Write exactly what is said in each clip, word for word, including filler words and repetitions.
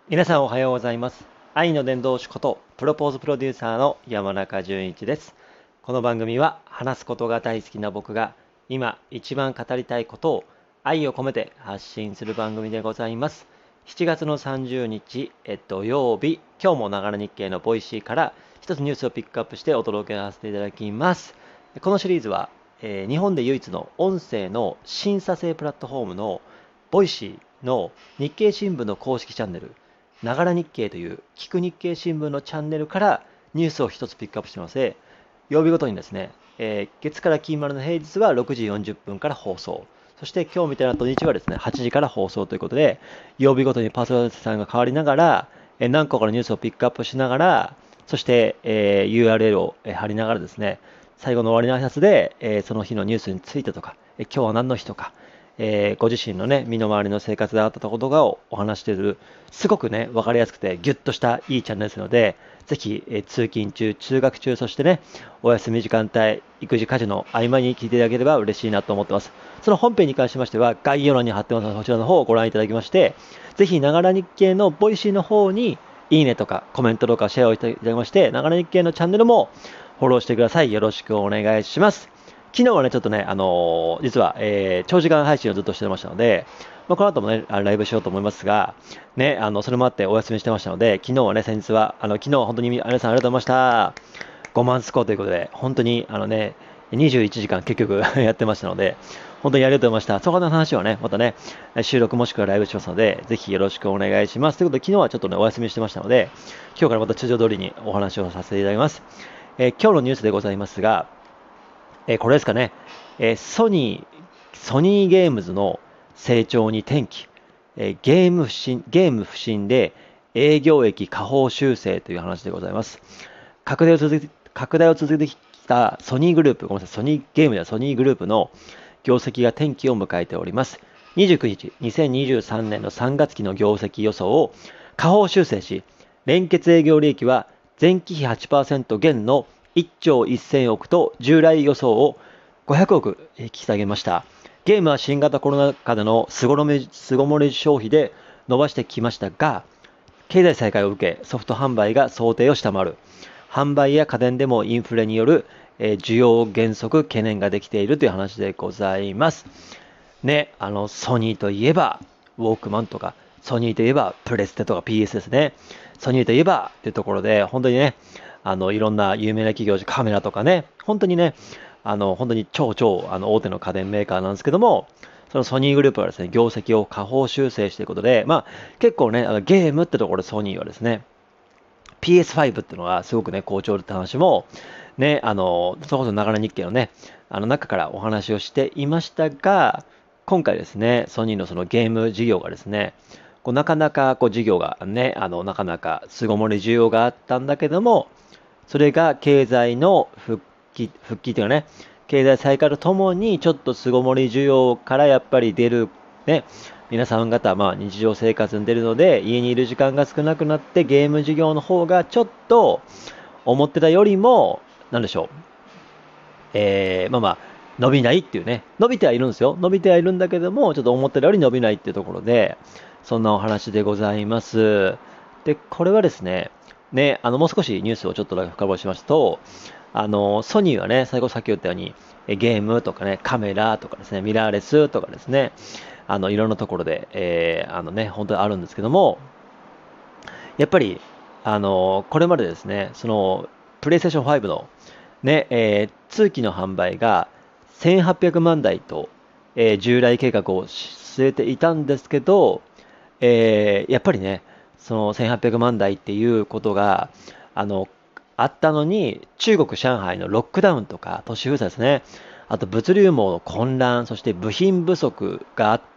皆さんおはようございます。愛の伝道師ことプロポーズプロデューサーの山中淳一です。この番組は話すことが大好きな僕が今一番語りたいことを愛を込めて発信する番組でございます。しちがつのさんじゅうにち、え土曜日、今日もながら日経のボイシーから一つニュースをピックアップしてお届けさせていただきます。このシリーズは、えー日本で唯一の音声の審査制プラットフォームのボイシーの日経新聞の公式チャンネルながら日経という聞く日経新聞のチャンネルからニュースを一つピックアップしていますので、曜日ごとにですね、えー月から金丸の平日はろくじよんじゅっぷんから放送、そして今日みたいな土日はですね、はちじから放送ということで、曜日ごとにパーソナリティさんが変わりながら、えー何個かのニュースをピックアップしながら、そして、えー ユーアールエル をえー貼りながらですね、最後の終わりの挨拶で、えーその日のニュースについてとか、えー今日は何の日とか、えーご自身のね、身の回りの生活であったことがをお話している、すごくね、わかりやすくて、ギュッとしたいいチャンネルですので、ぜひ、えー通勤中、通学中、そしてね、お休み時間帯、育児家事の合間に聞いていただければ嬉しいなと思ってます。その本編に関しましては、概要欄に貼ってますので、そちらの方をご覧いただきまして、ぜひ、ながら日経のボイシーの方に、いいねとかコメントとかシェアをいただきまして、ながら日経のチャンネルもフォローしてください。よろしくお願いします。昨日はね、ちょっとね、あのー実は、えー長時間配信をずっとしてましたので、まあ、この後もね、あライブしようと思いますが、ね、あの、それもあってお休みしてましたので、昨日はね、先日は、あの、昨日は本当に皆さんありがとうございました。ごまんスコアということで、本当に、あのね、にじゅういちじかん結局やってましたので、本当にありがとうございました。そこの話はね、またね、収録もしくはライブしますので、ぜひよろしくお願いします。ということで、昨日はちょっとね、お休みしてましたので、今日からまた通常通りにお話をさせていただきます。えー今日のニュースでございますが、えーこれですかね、えーソニー、ソニーゲームズの成長に転機、えーゲーム不振、ゲーム不振で営業益下方修正という話でございます。拡大を続けて、拡大を続けてきたソニーグループ、ごめんなさい、ソニーゲームやソニーグループの業績が転機を迎えております。にじゅうくにち、にせんにじゅうさんねんのさんがつ期の業績予想を下方修正し、連結営業利益は前期比はちパーセント減のいっちょうせんおくと従来予想をごひゃくおく引き下げました。ゲームは新型コロナ禍での巣ごもり巣ごもり消費で伸ばしてきましたが、経済再開を受け、ソフト販売が想定を下回る。販売や家電でもインフレによる、えー需要減速懸念ができているという話でございます。ね、あの、ソニーといえば、ウォークマンとか、ソニーといえば、プレステとか ピーエス ですね。ソニーといえば、というところで、本当にね、あの、いろんな有名な企業、カメラとかね、本当にね、あの、本当に超超、あの、大手の家電メーカーなんですけども、そのソニーグループはですね、業績を下方修正していることで、まあ、結構ね、あのゲームってところでソニーはですね、ピーエスファイブ っていうのがすごくね、好調って話も、ね、あの、それこそながら日経のね、あの中からお話をしていましたが、今回ですね、ソニーのそのゲーム事業がですね、こうなかなかこう事業がね、あの、なかなか巣ごもり需要があったんだけども、それが経済の復帰、復帰というかね、経済再開とともに、ちょっと巣ごもり需要からやっぱり出る、ね、皆さん方、まあ日常生活に出るので、家にいる時間が少なくなって、ゲーム事業の方がちょっと思ってたよりも、なんでしょう、えー、まあまあ、伸びないっていうね、伸びてはいるんですよ。伸びてはいるんだけども、ちょっと思ってたより伸びないっていうところで、そんなお話でございます。で、これはですね、ね、あの、もう少しニュースをちょっとだけ深掘りしますと、あの、ソニーはね、最後さっき言ったように、えゲームとかね、カメラとかですね、ミラーレスとかですね、あの、いろんなところで、えーあのね、本当にあるんですけども、やっぱり、あの、これまでですね、その、プレイステーションファイブの、ね、えー通期の販売がせんはっぴゃくまん台と、えー従来計画を据えていたんですけど、えーやっぱりね、そのせんはっぴゃくまん台っていうことが、あの、あったのに、中国、上海のロックダウンとか、都市封鎖ですね、あと物流網の混乱、そして部品不足があって、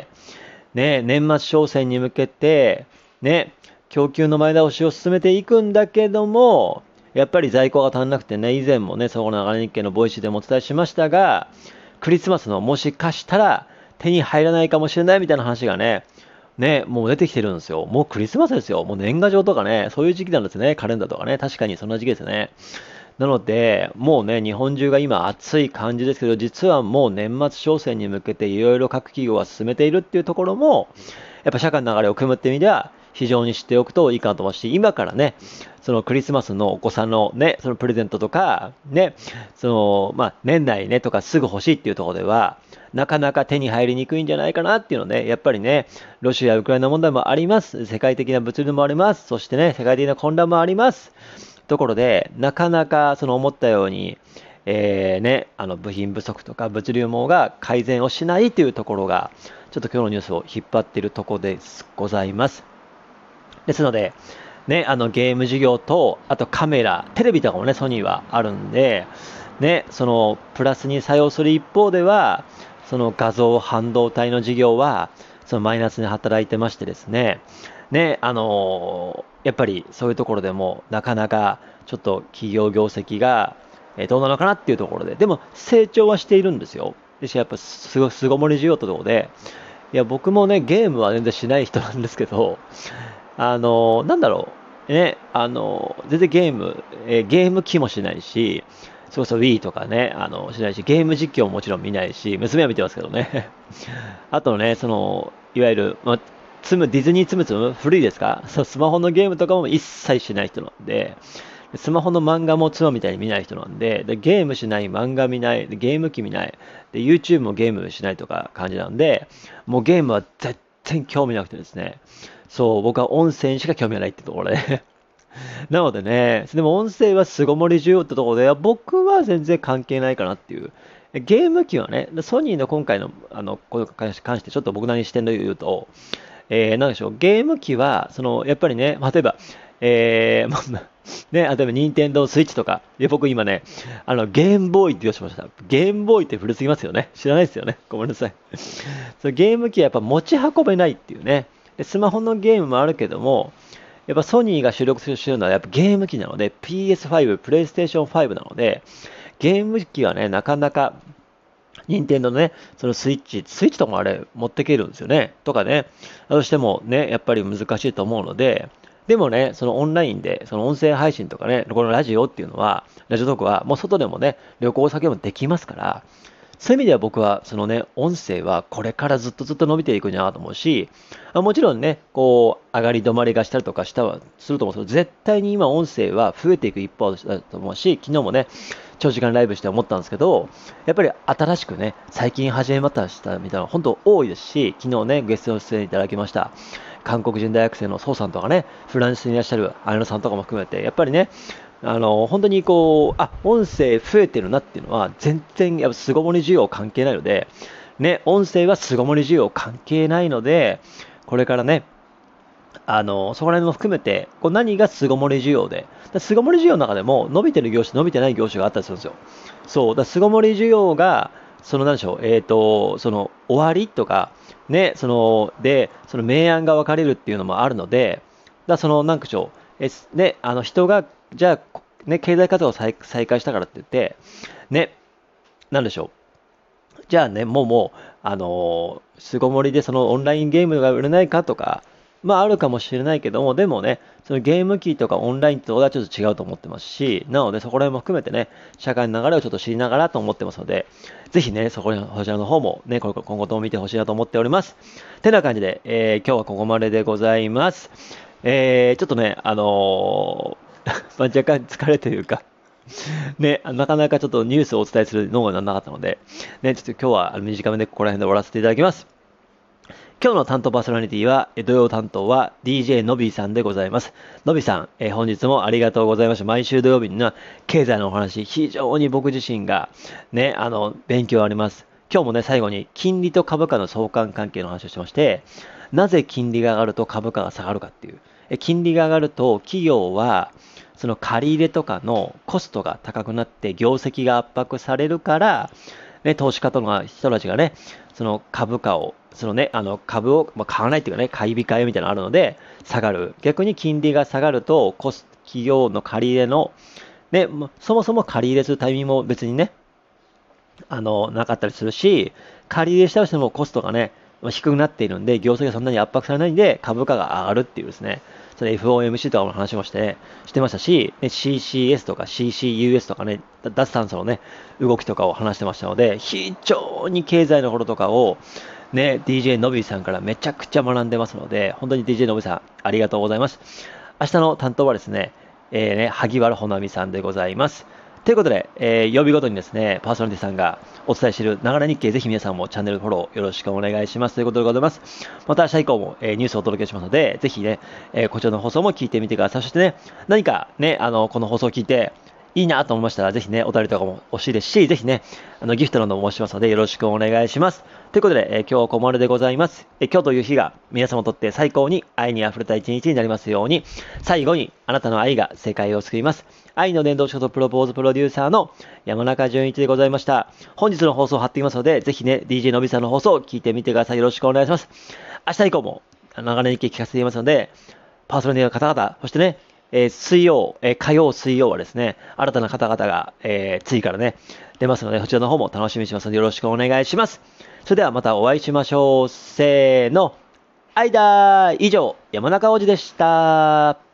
ね、年末商戦に向けて、ね、供給の前倒しを進めていくんだけども、やっぱり在庫が足んなくてね、以前もね、そこの長野日経のボイシーでもお伝えしましたが、クリスマスのもしかしたら手に入らないかもしれないみたいな話がね、ね、もう出てきてるんですよ。もうクリスマスですよ。もう年賀状とかね、そういう時期なんですね。カレンダーとかね。確かにそんな時期ですね。なので、もうね、日本中が今暑い感じですけど、実はもう年末商戦に向けていろいろ各企業が進めているっていうところも、やっぱ社会の流れを組むっていう意味では、 非常に知っておくといいかなと思うし、今からね、そのクリスマスのお子さんのね、そのプレゼントとか、ね、その、まあ、年内ね、とかすぐ欲しいっていうところでは、なかなか手に入りにくいんじゃないかなっていうのね、やっぱりね、ロシア、ウクライナ問題もあります。世界的な物流もあります。そしてね、世界的な混乱もあります。ところで、なかなかその思ったように、えーね、あの部品不足とか物流網が改善をしないというところが、ちょっと今日のニュースを引っ張っているところでございます。ですので、ね、あのゲーム事業と、あとカメラ、テレビとかもね、ソニーはあるんで、ね、そのプラスに作用する一方では、その画像半導体の事業は、そのマイナスに働いてましてですね、ね、あのーやっぱりそういうところでも、なかなかちょっと企業業績が、えーどうなのかなっていうところで、でも成長はしているんですよ。でし、やっぱすごい巣ごもり需要ってところで、いや、僕もね、ゲームは全然しない人なんですけど、あの、なんだろう、ね、あの、全然ゲーム、えーゲーム機もしないし、それこそ Wii とかね、あの、しないし、ゲーム実況ももちろん見ないし、娘は見てますけどね。あとね、その、いわゆる、まあ、つむ、ディズニーつむつむ古いですか？そう、スマホのゲームとかも一切しない人なんで、スマホの漫画も妻みたいに見ない人なんで、で、ゲームしない、漫画見ない、でゲーム機見ない、で、YouTube もゲームしないとか感じなんで、もうゲームは絶対興味なくてですね、そう、僕は音声にしか興味がないってところで。なのでね、でも音声は巣ごもり需要ってところで、僕は全然関係ないかなっていう。ゲーム機はね、ソニーの今回の、あの、これに関してちょっと僕なりに視点で言うと、えー、なんでしょう、ゲーム機は、その、やっぱりね、例えば、えー、まあね、例えば、ニンテンドースイッチとか、いや僕今ね、あの、ゲームボーイって言おうとしました。ゲームボーイって古すぎますよね。知らないですよね。ごめんなさい。そのゲーム機はやっぱ持ち運べないっていうね。でスマホのゲームもあるけども、やっぱソニーが主力してるのはやっぱゲーム機なので、ピーエスファイブ、プレイステーションファイブなので、ゲーム機はね、なかなか任天堂のね、そのスイッチ、スイッチとかもあれ持ってけるんですよね。とかね、どうしてもね、やっぱり難しいと思うので、でもね、そのオンラインで、その音声配信とかね、このラジオっていうのは、ラジオトークはもう外でもね、旅行先でもできますから、そういう意味では僕は、そのね、音声はこれからずっとずっと伸びていくんじゃなと思うし、あもちろんね、こう、上がり止まりがしたりとかしたはすると思うんですけど、絶対に今音声は増えていく一方だと思うし、昨日もね、長時間ライブして思ったんですけど、やっぱり新しくね、最近始めましたみたいなの本当多いですし、昨日ね、ゲスト出演いただきました。韓国人大学生の宋さんとかね、フランスにいらっしゃる綾野さんとかも含めて、やっぱりね、あの、本当にこう、あ、音声増えてるなっていうのは、全然、やっぱ巣ごもり需要関係ないので、ね、音声は巣ごもり需要関係ないので、これからね、あの、そこら辺も含めて、こう何が巣ごもり需要で、だ巣ごもり需要の中でも伸びてる業種、伸びてない業種があったりするんですよ。そう、だ巣ごもり需要が、そのなんでしょう、えっ、と、その終わりとか、ね、その、で、その明暗が分かれるっていうのもあるので、だその、なんでしょう、え、ね、あの人が、じゃあ、ね、経済活動を再再開したからって言って、ね、なんでしょう、じゃあね、もうもう、あのー、巣ごもりでそのオンラインゲームが売れないかとか、まああるかもしれないけども、でもね、そのゲーム機とかオンラインとはちょっと違うと思ってますし、なのでそこら辺も含めてね、社会の流れをちょっと知りながらと思ってますので、ぜひね、そこらそちらの方もね、これ今後とも見てほしいなと思っております。てな感じで、えー今日はここまででございます。えーちょっとね、あのーまあ若干疲れというか、ね、なかなかちょっとニュースをお伝えする脳がならなかったので、ね、ちょっと今日はあの短めでここら辺で終わらせていただきます。今日の担当パーソナリティは、え土曜担当は ディージェー のびーさんでございます。のびさん、えー本日もありがとうございました。毎週土曜日には経済のお話、非常に僕自身がね、あの、勉強あります。今日もね、最後に金利と株価の相関関係の話をしてまして、なぜ金利が上がると株価が下がるかっていう。え金利が上がると企業は、その借り入れとかのコストが高くなって業績が圧迫されるから、ね、投資家との人たちがね、その株価を、そのね、あの株を、まあ、買わないっていうかね、買い控えみたいなのがあるので、下がる。逆に金利が下がると、コス企業の借り入れの、ね、まあそもそも借り入れするタイミングも別にね、あの、なかったりするし、借り入れしたとしてもコストがね、まあ低くなっているんで、業績がそんなに圧迫されないんで、株価が上がるっていうですね、その エフオーエムシー とかの話もして、してましたし、ね シーシーエス とか シーシーユーエス とかね、脱炭素のね、動きとかを話してましたので、非常に経済のこととかを、 ね、ディージェー のびさんからめちゃくちゃ学んでますので、本当に ディージェー のびさん、ありがとうございます。明日の担当はですね、えー、ね、萩原ほなみさんでございます。ということで、えー、曜日ごとにですね、パーソナリティさんがお伝えしているながら日経、ぜひ皆さんもチャンネルフォローよろしくお願いしますということでございます。また明日以降も、えー、ニュースをお届けしますので、ぜひね、えー、こちらの放送も聞いてみてください。そしてね、何かね、あの、この放送を聞いて、いいなと思いましたら、ぜひね、お便りとかも欲しいですし、ぜひね、あの、ギフトなども申しますので、よろしくお願いします。ということで、えー、今日はここまででございます。えー、今日という日が皆様にとって最高に愛に溢れた一日になりますように、最後にあなたの愛が世界を救います。愛の伝道師ことプロポーズプロデューサーの山中淳一でございました。本日の放送を貼っていますので、ぜひね、ディージェー のびさんの放送を聞いてみてください。よろしくお願いします。明日以降も、長年日記聞かせていますので、パーソナリティの方々、そしてね、えー、水曜、えー、火曜、水曜はですね、新たな方々が、えー、次からね、出ますので、そちらの方も楽しみにしますので、よろしくお願いします。それではまたお会いしましょう。せーの。あいだー以上、山中おじでした。